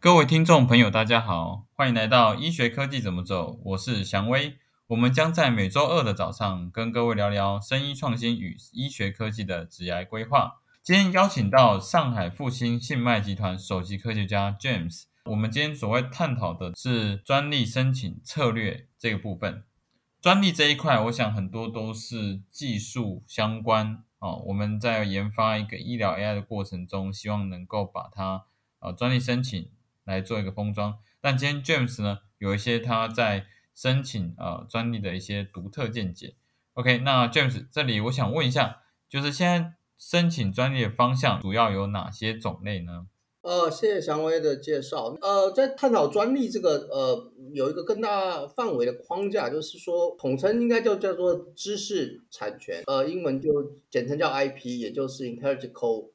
各位听众朋友，大家好，欢迎来到医学科技怎么走，我是祥威。我们将在每周二的早上跟各位聊聊生医创新与医学科技的职涯规划。今天邀请到上海复兴信脉集团首席科学家 James。我们今天所谓探讨的是专利申请策略这个部分。专利这一块，我想很多都是技术相关哦。我们在研发一个医疗 AI 的过程中，希望能够把它专利申请来做一个封装。但今天 James 呢，有一些他在申请专利的一些独特见解。OK，那 James 这里我想问一下，就是现在申请专利的方向主要有哪些种类呢？ 谢谢祥威的介绍。在探讨专利这个有一个更大范围的框架，就是说统称应该就叫做知识产权，英文就简称叫 IP，也就是 intellectual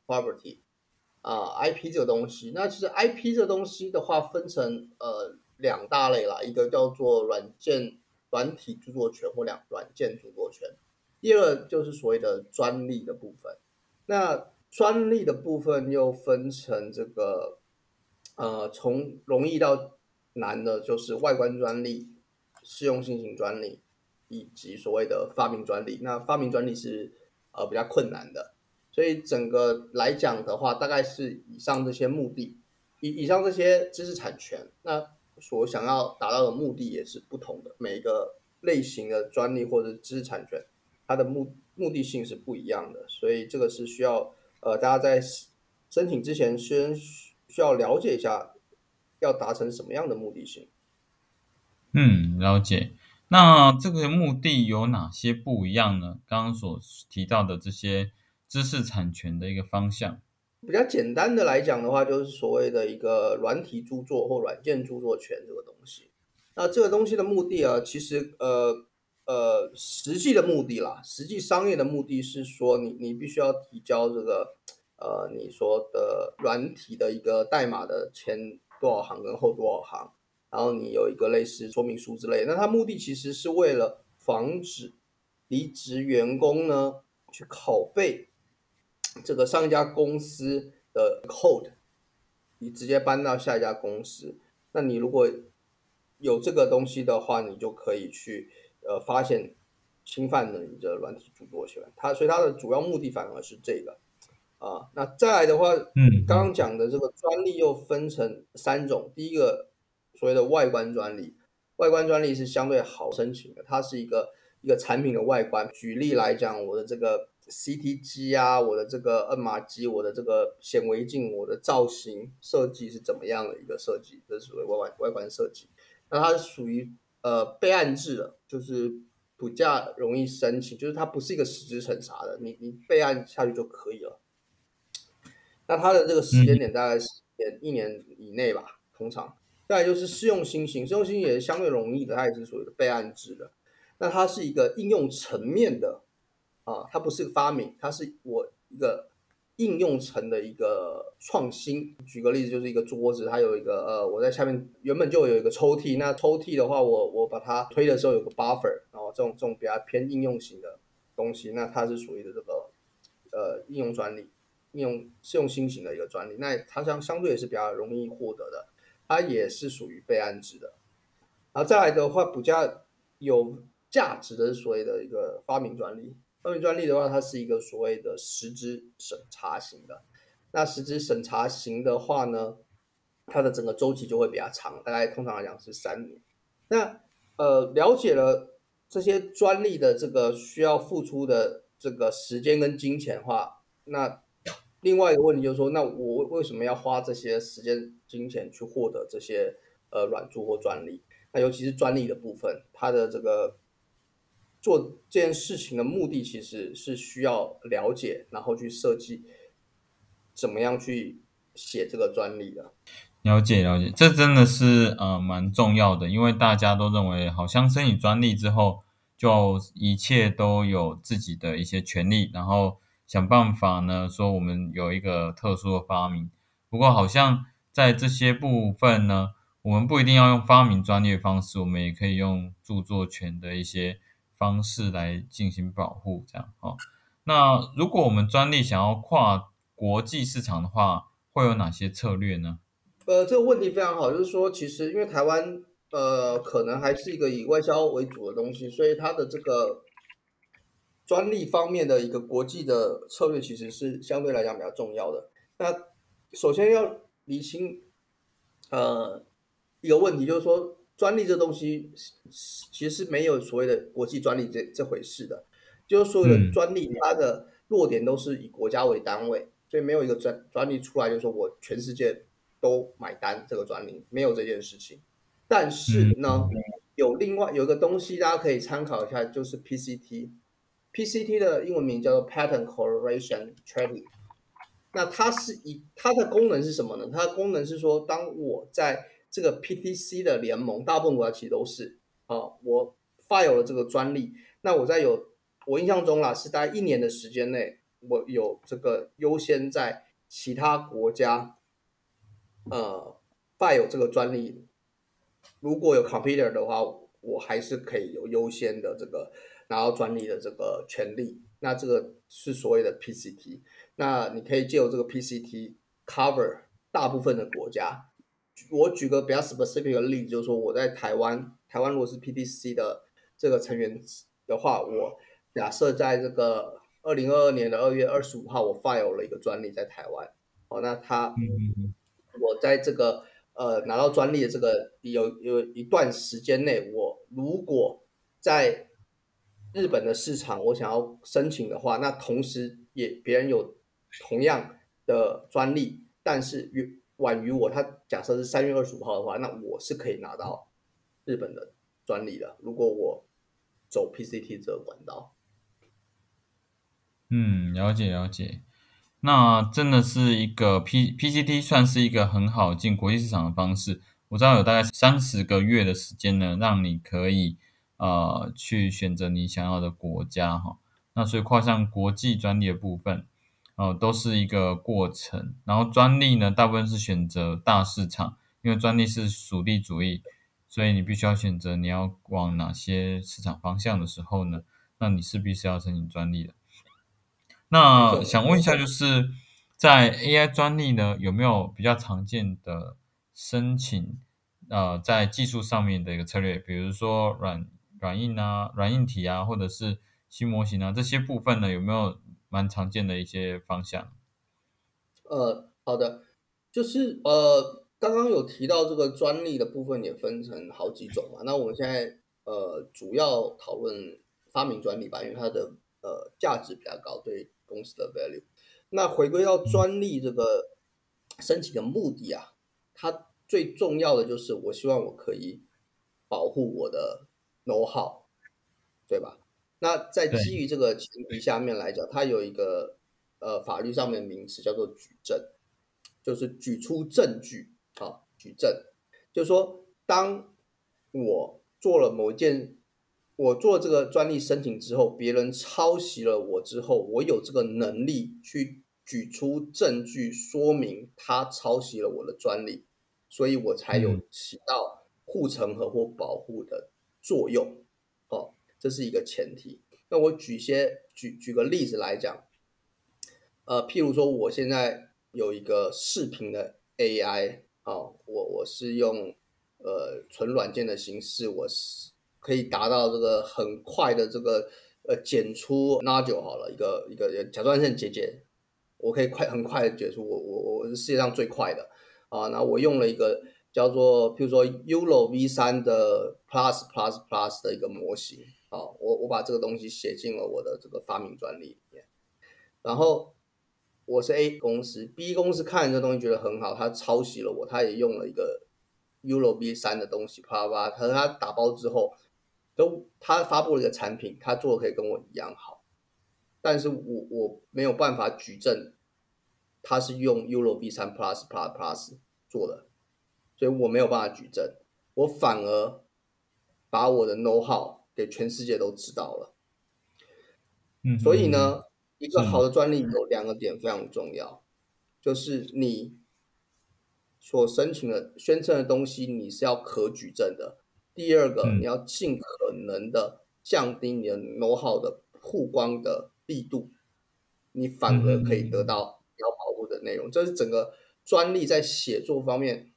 property。IP 这个东西，那其实 IP 这个东西的话，分成两大类啦，一个叫做软体著作权或软件著作权，第二个就是所谓的专利的部分。那专利的部分又分成这个，从容易到难的，就是外观专利、适用性型专利以及所谓的发明专利。那发明专利是比较困难的，所以整个来讲的话，大概是以上这些目的，以上这些知识产权，那所想要达到的目的也是不同的，每一个类型的专利或者知识产权。它的目的性是不一样的，所以这个是需要大家在申请之前先需要了解一下，要达成什么样的目的性。 了解。那这个目的有哪些不一样呢？刚刚所提到的这些知识产权的一个方向。 比较简单的来讲的话，就是所谓的一个软体著作或软件著作权这个东西。那这个东西的目的啊，其实实际的目的啦，实际商业的目的是说你必须要提交这个你说的软体的一个代码的前多少行跟后多少行，然后你有一个类似说明书之类的。那它目的其实是为了防止离职员工呢去拷贝这个上一家公司的 code，你直接搬到下一家公司。那你如果有这个东西的话，你就可以去发现侵犯了你的软体著作权。所以它的主要目的反而是这个。那再来的话，刚刚嗯讲的这个专利又分成三种。第一个所谓的外观专利，外观专利是相对好申请的，它是一个产品的外观。举例来讲，我的这个 CT 机啊，我的这个摁麻机，我的这个显微镜，我的造型设计是怎么样的一个设计，这是属于外观设计。那它是属于备案制的，就是比较容易申请，就是它不是一个实质审查的，你备案下去就可以了。那它的这个时间嗯点大概是一年以内吧，通常。再来就是适用新型，适用新型也是相对容易的，它也是属于备案制的。那它是一个应用层面的它不是个发明，它是我一个应用层的一个创新。举个例子，就是一个桌子，它有一个我在下面原本就有一个抽屉，那抽屉的话，我把它推的时候有个 buffer，然后这种比较偏应用型的东西，那它是属于的这个应用专利。适用新型的一个专利，那它相对也是比较容易获得的，它也是属于备案制的。然后再来的话，比较有价值的是所谓的一个发明专利。发明专利的话，它是一个所谓的实质审查型的。那实质审查型的话呢，它的整个周期就会比较长，大概通常来讲是3年。那了解了这些专利的这个需要付出的这个时间跟金钱的话，那另外一个问题就是说，那我为什么要花这些时间、金钱去获得这些软著或专利？那尤其是专利的部分，它的这个做这件事情的目的其实是需要了解，然后去设计怎么样去写这个专利的。 了解了解，这真的是蛮重要的，因为大家都认为好像申请专利之后，就一切都有自己的一些权利，然后想办法呢说我们有一个特殊的发明。不过好像在这些部分呢，我们不一定要用发明专利的方式，我们也可以用著作权的一些方式来进行保护，这样哦。那如果我们专利想要跨国际市场的话，会有哪些策略呢？ 这个问题非常好，就是说，其实因为台湾可能还是一个以外销为主的东西，所以它的这个专利方面的一个国际的策略，其实是相对来讲比较重要的。那首先要厘清一个问题，就是说专利这东西其实是没有所谓的国际专利这回事的，就是所有的嗯专利它的落点都是以国家为单位，所以没有一个专利出来就说我全世界都买单这个专利，没有这件事情。但是嗯呢，有一个东西大家可以参考一下，就是 PCT。PCT 的英文名叫做 Patent Corporation Treaty。那它的功能是什么呢？它的功能是说，当我在这个 PTC 的联盟，大部分国家其实都是我 file 了这个专利，那我印象中啦，是大概1年的时间内，我有这个优先在其他国家file 这个专利。如果有 competitor 的话，我还是可以有优先的这个拿到专利的这个权利。那这个是所谓的 PCT。那你可以借由这个 PCT cover 大部分的国家。我举个比较 specific 的例子，就是说我在台湾，台湾如果是 PTC 的这个成员的话，我假设在这个2022年的2月25号，我 file 了一个专利在台湾。那嗯我在这个拿到专利的这个有一段时间内，我如果在日本的市场我想要申请的话，那同时别人有同样的专利，但是晚于我，他假设是3月25号的话，那我是可以拿到日本的专利的。如果我走 PCT 这个管道。 嗯，了解了解。那真的是一个 PCT 算是一个很好进国际市场的方式。我知道有大概30个月的时间呢，让你可以去选择你想要的国家哈。那所以跨上国际专利的部分，都是一个过程。然后专利呢，大部分是选择大市场，因为专利是属地主义，所以你必须要选择你要往哪些市场方向的时候呢，那你势必是要申请专利的。那没错，没错。 想问一下，就是在 AI 专利呢，有没有比较常见的申请？在技术上面的一个策略，比如说软硬啊、软硬体啊，或者是新模型啊，这些部分呢，有没有蛮常见的一些方向？ 好的，就是刚刚有提到这个专利的部分也分成好几种嘛。那我们现在主要讨论发明专利吧，因为它的价值比较高，对公司的 value。那回归到嗯专利这个申请的目的啊，它最重要的就是我希望我可以保护我的 know how，对吧？那在对， 基于这个前提下面来讲，它有一个法律上面的名词叫做举证，就是举出证据举证，就是说，当我做了某一件，我做了这个专利申请之后，别人抄袭了我之后，我有这个能力去举出证据说明他抄袭了我的专利，所以我才嗯有起到护城河或保护的作用。这是一个前提。那我举个例子来讲，譬如说我现在有一个视频的 AI，我是用纯软件的形式，我是可以达到这个很快的这个剪出 nodule 好了，一个甲状腺结节，我可以很快的解出，我是世界上最快的那我用了一个叫做譬如说 Euro V3的 Plus 的一个模型我把这个东西写进了我的这个发明专利里面。然后我是 A 公司，B 公司看这东西觉得很好，他抄袭了我，他也用了一个 Euro V3的东西，啪啪啪，他打包之后，他发布了一个产品，他做的可以跟我一样好，但是我没有办法举证他是用 Euro V3 Plus 做的，所以我没有办法举证，我反而把我的 know how 给全世界都知道了。 嗯所以嗯， 呢，一个好是的专利有2个点非常重要，就是你所申请的宣称的东西，你是要可举证的。第二个， 嗯你要尽可能的降低你的 know how 的曝光的力度，你反嗯而可以得嗯到要保护的内容。这是整个专利在写作方面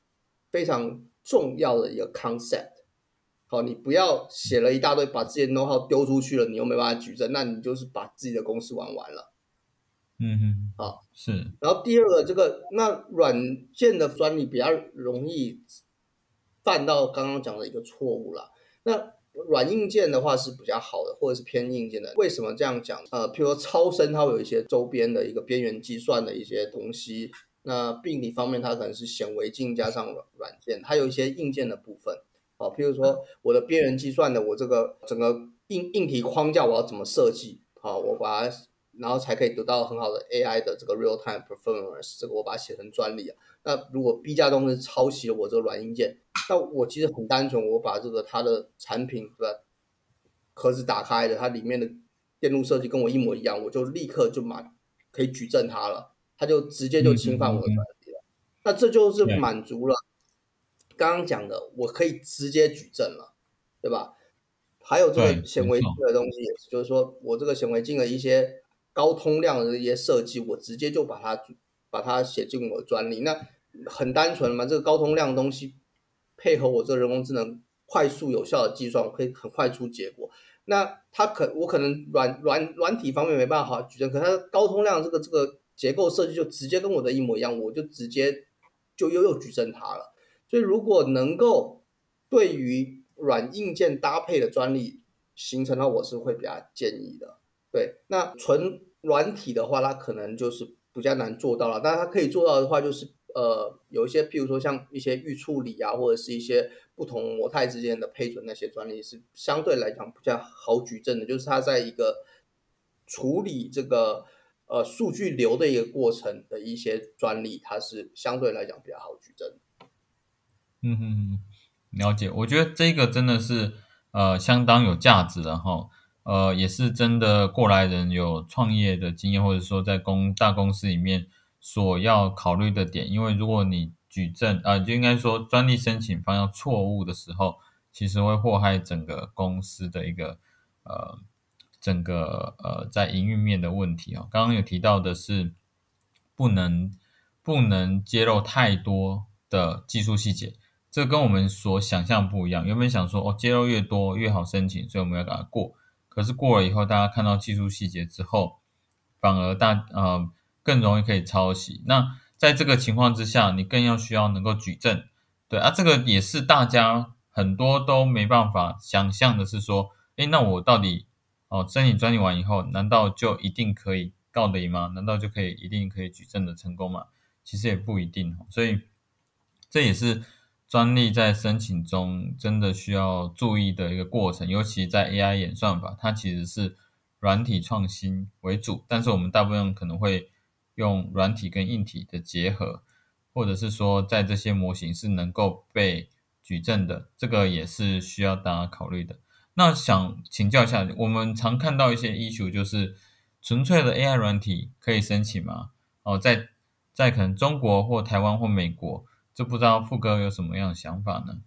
非常重要的一个 concept。好，你不要写了一大堆，把自己的 know how 丢出去了，你又没办法举证，那你就是把自己的公司玩完了。 嗯哼， 好， 是， 然后第二个，那软件的专利比较容易犯到刚刚讲的一个错误啦。那软硬件的话是比较好的，或者是偏硬件的。为什么这样讲？譬如说超声，它会有一些周边的一个边缘计算的一些东西。那病理方面，它可能是显微镜加上软件，它有一些硬件的部分。譬如说我的边缘计算的，我这个整个硬体框架我要怎么设计？我把它，然后才可以得到很好的 AI 的这个 real time performance，这个我把它写成专利啊。那如果 B 家公司抄袭了我这个软硬件，那我其实很单纯，我把这个它的产品的壳子打开的，它里面的电路设计跟我一模一样，我就立刻就可以举证它了，它就直接就嗯侵犯我的专嗯嗯， 利了。那这就是对满足了刚刚讲的，我可以直接举证了，对吧？还有这个对， 显微镜没错， 的东西也是，就是说我这个显微镜的一些高通量的一些设计，我直接就把它写进我的专利。那很单纯嘛，这个高通量的东西配合我这个人工智能快速有效的计算，我可以很快出结果。那我可能软体方面没办法好举证，可它高通量这个结构设计就直接跟我的一模一样，我就直接就又举证它了。所以如果能够对于软硬件搭配的专利形成的话，我是会比较建议的。对，那纯软体的话，它可能就是比较难做到了。但是它可以做到的话，就是有一些，譬如说像一些预处理啊，或者是一些不同模态之间的配准那些专利，是相对来讲比较好举证的。就是它在一个处理这个数据流的一个过程的一些专利，它是相对来讲比较好举证的。 嗯哼哼，了解。我觉得这个真的是相当有价值的哈，也是真的过来人有创业的经验，或者说在大公司里面所要考虑的点。因为如果你举证就应该说专利申请方要错误的时候，其实会祸害整个公司的一个呃整个在营运面的问题哦。刚刚有提到的是不能不能揭露太多的技术细节。这跟我们所想象不一样。原本想说，揭露越多越好申请，所以我们要给它过。可是过了以后，大家看到技术细节之后，反而更容易可以抄袭。那在这个情况之下，你更要需要能够举证。对啊，这个也是大家很多都没办法想象的是说，诶，那我到底申请专利完以后，难道就一定可以告得赢吗？难道就一定可以举证的成功吗？其实也不一定。所以这也是专利在申请中真的需要注意的一个过程，尤其在 AI 演算法，它其实是软体创新为主，但是我们大部分可能会用软体跟硬体的结合，或者是说在这些模型是能够被举证的，这个也是需要大家考虑的。那想请教一下，我们常看到一些 issue，就是纯粹的 AI 软体可以申请吗？在可能中国或台湾或美国，就不知道富哥有什么样的想法呢？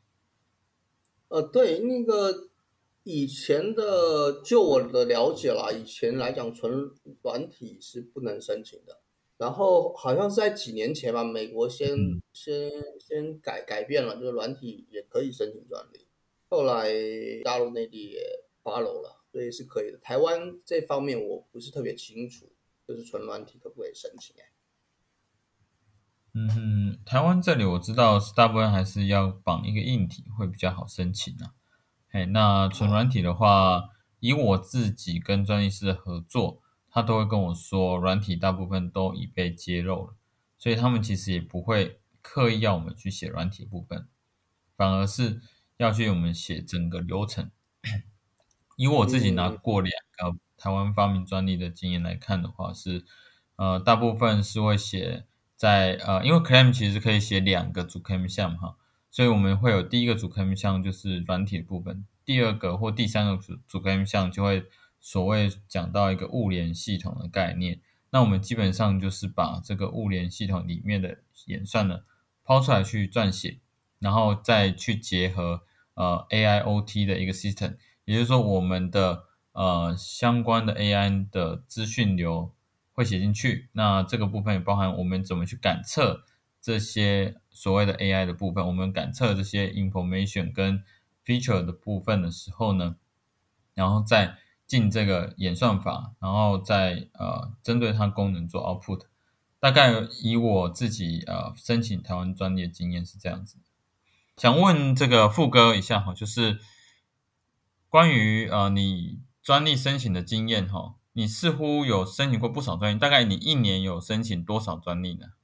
对，那个以前的，就我的了解啦，以前来讲，纯软体是不能申请的。然后好像是在几年前吧，美国嗯先改变了，就是软体也可以申请专利。后来大陆内地也 follow 了，所以是可以的。台湾这方面我不是特别清楚，就是纯软体可不可以申请？ 嗯哼，台湾这里我知道是大部分还是要绑一个硬体会比较好申请啊。嘿，那纯啊， 软体的话，以我自己跟专利师的合作，他都会跟我说，软体大部分都已被揭露了，所以他们其实也不会刻意要我们去写软体部分，反而是要去我们写整个流程。以我自己拿嗯过2个台湾发明专利的经验来看的话，是大部分是会写因为 claim 其实可以写2个主 claim 项哈，所以我们会有第一个主 claim 项就是软体的部分，第二个或第三个主 claim 项就会所谓讲到一个物联系统的概念。那我们基本上就是把这个物联系统里面的演算呢抛出来去撰写，然后再去结合AIoT 的一个 system。也就是说，我们的相关的 AI 的资讯流会写进去，那这个部分也包含我们怎么去感测这些所谓的 AI 的部分，我们感测这些 information 跟 feature 的部分的时候呢，然后再进这个演算法，然后再针对它功能做 output。大概以我自己申请台湾专利的经验是这样子。想问这个副哥一下哈，就是关于你专利申请的经验哈，你似乎有申请过不少专利，大概你一年有申请多少专利呢？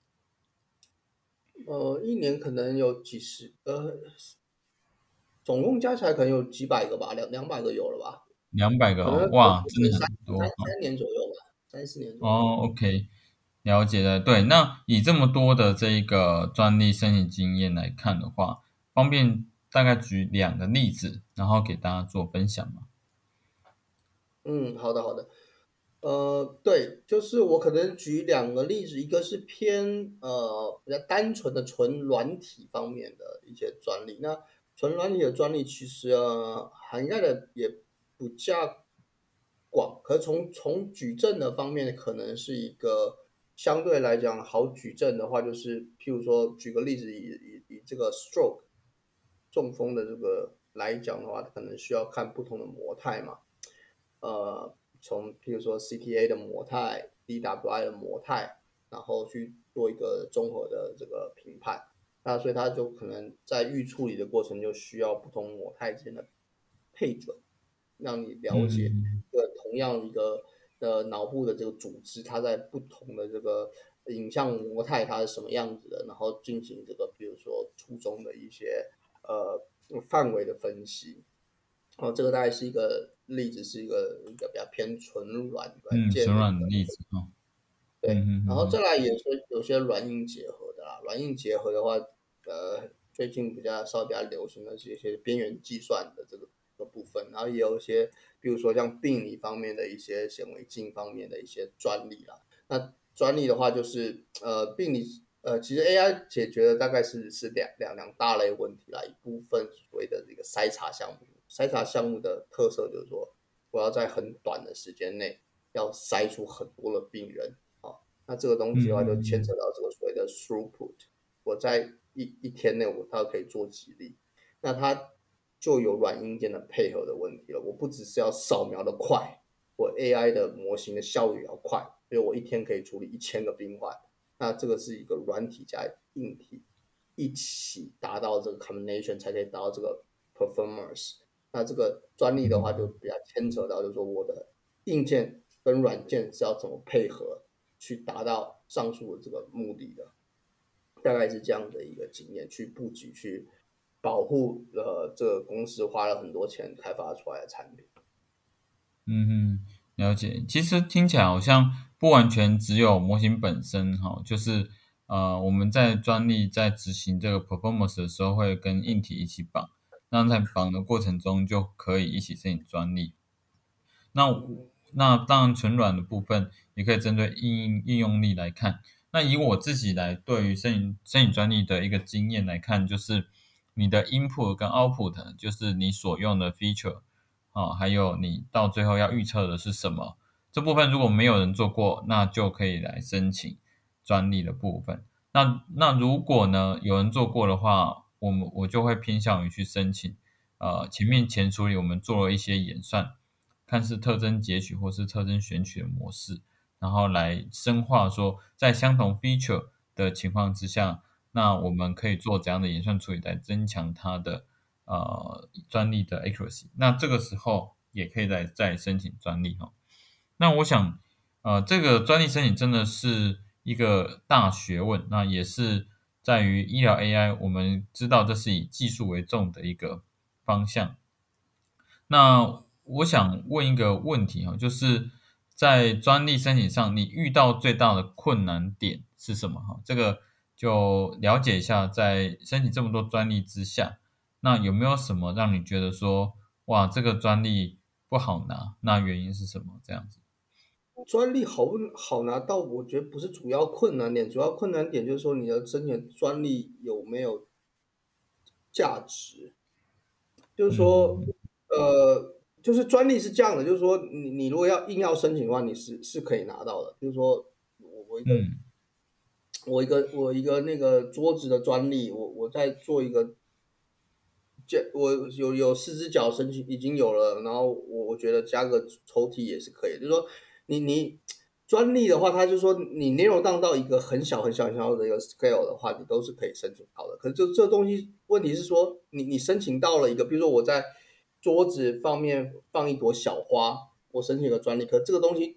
一年可能有几十，总共加起来可能有几百个吧，两百个有了吧？ 200个哦， 可能哇，真的三很多哈。 三年左右吧，3、4年左右。 哦，OK，了解了。对，那以这么多的这一个专利申请经验来看的话，方便大概举2个例子，然后给大家做分享吗？ 嗯，好的好的。对，就是我可能举2个例子，一个是偏比较单纯的纯软体方面的一些专利。那纯软体的专利其实涵盖的也不较广，可是从举证的方面，可能是一个相对来讲好举证的话，就是譬如说举个例子，以这个 stroke 中风的这个来讲的话，可能需要看不同的模态嘛。从譬如说 CTA 的模态、DWI 的模态，然后去做一个综合的这个评判。那所以它就可能在预处理的过程就需要不同模态之间的配准，让你了解嗯同样一个脑部的这个组织，它在不同的这个影像模态它是什么样子的，然后进行这个比如说初中的一些范围的分析。这个大概是一个例子，是一个比较偏纯软嗯，手件的一个。 软的例子哈。 对，然后再嗯来也是有些软硬结合的啦。软硬结合的话，最近稍微比较流行的是一些边缘计算的这个部分，然后也有一些，比如说像病理方面的一些显微镜方面的一些专利啦。那专利的话，就是病理其实 AI 解决的大概是两大类问题啦。一部分所谓的这个筛查项目，筛查项目的特色就是说，我要在很短的时间内要筛出很多的病人。那这个东西的话，就牵扯嗯到这个所谓的 throughput。我在一天内，它可以做几例，那它就有软硬件的配合的问题了。我不只是要扫描的快，我 AI 的模型的效率要快，所以我一天可以处理1000个病患。那这个是一个软体加硬体一起达到这个 combination 才可以达到这个 performance。那这个专利的话，就嗯比较牵扯到，就是说我的硬件跟软件是要怎么配合，去达到上述的这个目的的。大概是这样的一个经验，去布局，去保护这个公司花了很多钱开发出来的产品。 嗯，了解。其实听起来好像不完全只有模型本身哈，就是我们在专利在执行这个 performance 的时候会跟硬体一起绑，那在绑的过程中就可以一起申请专利。那那当然，纯软的部分也可以针对应用力来看。那以我自己来对于申请专利的一个经验来看，就是你的 input 跟 output，就是你所用的 feature 还有你到最后要预测的是什么，这部分如果没有人做过，那就可以来申请专利的部分。那如果呢有人做过的话，我就会偏向于去申请。前处理我们做了一些演算，看是特征截取或是特征选取的模式，然后来深化说在相同 feature 的情况之下，那我们可以做怎样的演算处理来增强它的专利的 accuracy。那这个时候也可以再申请专利哈。那我想这个专利申请真的是一个大学问，那也是在于医疗 AI，我们知道这是以技术为重的一个方向。那我想问一个问题哈，就是在专利申请上，你遇到最大的困难点是什么哈？这个就了解一下，在申请这么多专利之下，那有没有什么让你觉得说，哇，这个专利不好拿？那原因是什么？这样子？ 专利好不好拿到，我觉得不是主要困难点，主要困难点就是说你的申请专利有没有价值。就是说， 嗯就是专利是这样的，就是说你如果硬要申请的话，你是可以拿到的。就是说我一个嗯我一个那个桌子的专利，我在做一个，我有4只脚申请已经有了，然后我觉得加个抽屉也是可以，就是说你专利的话，它就说你 narrow down 到一个很小很小很小的一个 scale 的话，你都是可以申请到的。可是这东西问题是说，你申请到了一个，比如说我在桌子方面放一朵小花，我申请了专利，可这个东西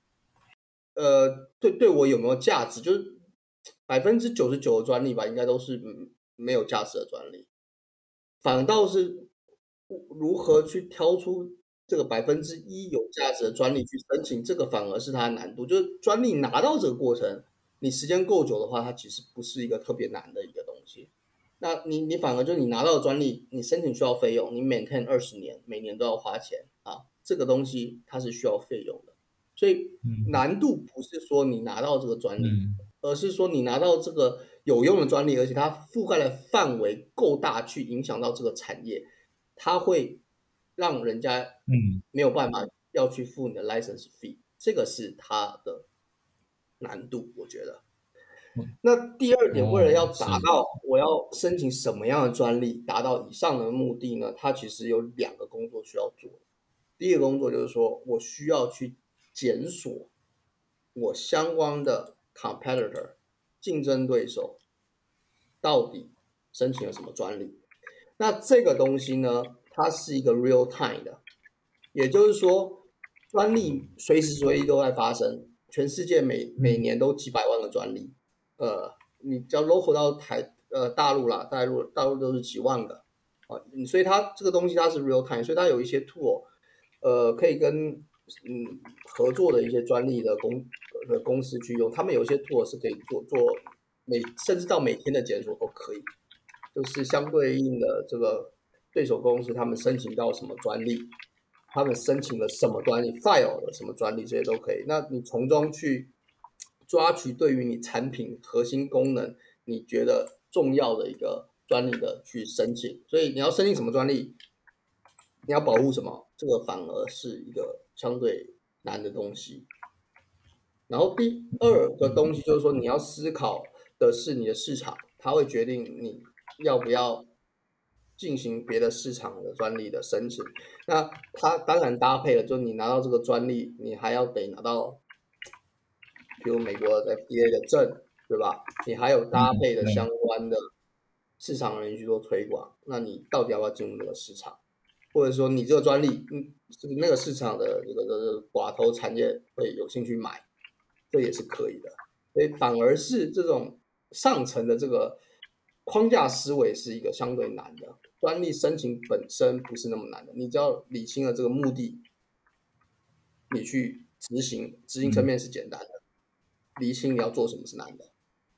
对我有没有价值？就是99%的专利吧，应该都是没有价值的专利。反倒是如何去挑出这个1%有价值的专利去申请，这个反而是它的难度。就是专利拿到这个过程，你时间够久的话，它其实不是一个特别难的一个东西。那你反而就你拿到的专利，你申请需要费用，你 maintain 20年，每年都要花钱啊，这个东西它是需要费用的。所以嗯难度不是说你拿到这个专利， 嗯而是说你拿到这个有用的专利，而且它覆盖的范围够大，去影响到这个产业，它会让人家嗯没有办法要去付你的 license fee，这个是它的难度，我觉得。那第二点，为了要是达到我要申请什么样的专利，达到以上的目的呢？它其实有2个工作需要做。第一个工作就是说我需要去检索我相关的 competitor 竞争对手到底申请了什么专利。那这个东西呢，它是一个 real time 的，也就是说，专利随时随地都在发生，全世界每嗯年都几百万个专利，你只要 local 到大陆啦，大陆都是几万个啊，所以它这个东西它是 real time，所以它有一些 tool，可以跟合作的一些专利的公司去用，他们有一些 tool 是可以做甚至到每天的检索都可以，就是相对应的这个对手公司他们申请到什么专利，他们申请了什么专利，file 了什么专利，这些都可以。那你从中去抓取对于你产品核心功能你觉得重要的一个专利的去申请。所以你要申请什么专利，你要保护什么，这个反而是一个相对难的东西。然后第二个东西就是说，你要思考的是你的市场，它会决定你要不要进行别的市场的专利的申请。那它当然搭配了，就你拿到这个专利，你还要得拿到，比如美国的 FDA 的证，对吧？你还有搭配的相对关的市场人去做推广，那你到底要不要进入这个市场？或者说你这个专利，这个那个市场的这个寡头产业会有兴趣买，这也是可以的。所以反而是这种上层的这个框架思维是一个相对难的，专利申请本身不是那么难的，你只要理清了这个目的，你去执行层嗯。 面是简单的，理清你要做什么是难的。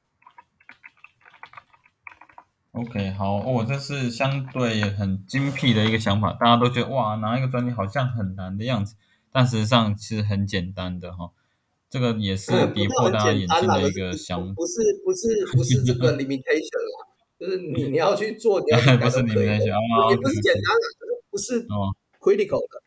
OK，好哦，这是相对很精辟的一个想法，大家都觉得哇，拿一个专利好像很难的样子，但实际上其实很简单的哈。这个也是不跌是很破大家眼简单啦，可是镜的一个想， 不是这个 limitation 啦，就是你要去做，你要怎么不是改都可以的， 你们在想啊也 ，OK 不是简单 OK， 的，可是不是哦 critical 的。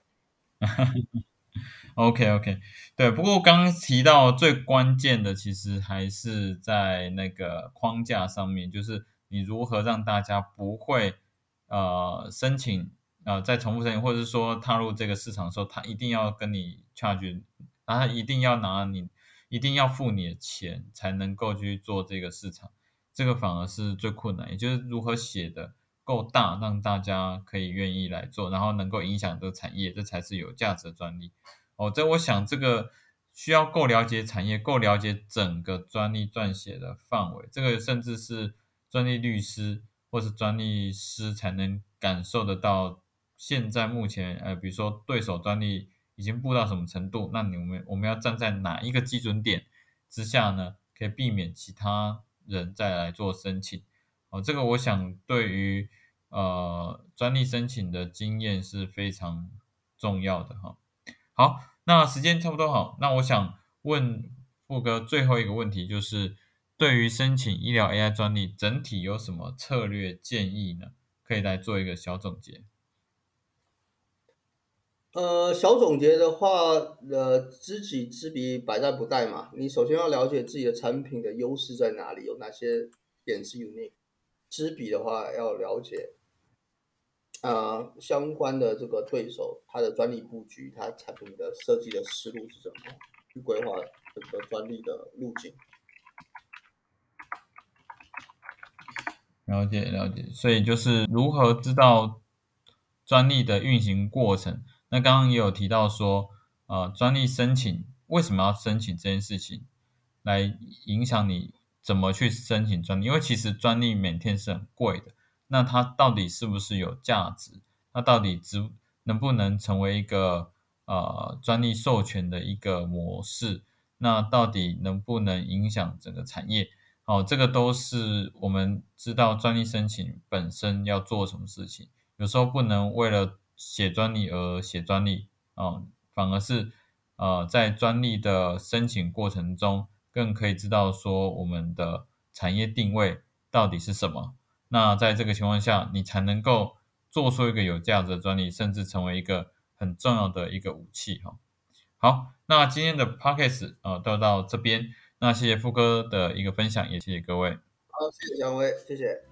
OK OK，对。不过刚刚提到最关键的，其实还是在那个框架上面，就是你如何让大家不会申请再重复申请，或者是说踏入这个市场的时候，他一定要跟你 charge，然后他一定要拿你，一定要付你的钱才能够去做这个市场，这个反而是最困难，也就是如何写的够大，让大家可以愿意来做，然后能够影响这个产业，这才是有价值的专利。哦，我想这个需要够了解产业，够了解整个专利撰写的范围，这个甚至是专利律师或是专利师才能感受得到。现在目前，比如说对手专利已经布到什么程度，那我们要站在哪一个基准点之下呢，可以避免其他人再来做申请。哦，这个我想对于专利申请的经验是非常重要的哈。好，那时间差不多好，那我想问富哥最后一个问题，就是对于申请医疗 AI 专利，整体有什么策略建议呢？可以来做一个小总结。 小总结的话，知己知彼，百战不殆嘛。你首先要了解自己的产品的优势在哪里，有哪些点是 unique。知彼的话，要了解相关的这个对手，他的专利布局，他产品的设计的思路是什么，去规划这个专利的路径。 了解了解，所以就是如何知道专利的运行过程。那刚刚也有提到说，专利申请为什么要申请这件事情，来影响你怎么去申请专利。因为其实专利每天是很贵的，那它到底是不是有价值？它到底能不能成为一个专利授权的一个模式？那到底能不能影响整个产业？这个都是我们知道专利申请本身要做什么事情，有时候不能为了写专利而写专利，反而是在专利的申请过程中，更可以知道说我们的产业定位到底是什么。那在这个情况下，你才能够做出一个有价值的专利，甚至成为一个很重要的一个武器哈。好，那今天的 podcast 都到这边。那谢谢富哥的一个分享，也谢谢各位。 好，谢谢杨威，谢谢。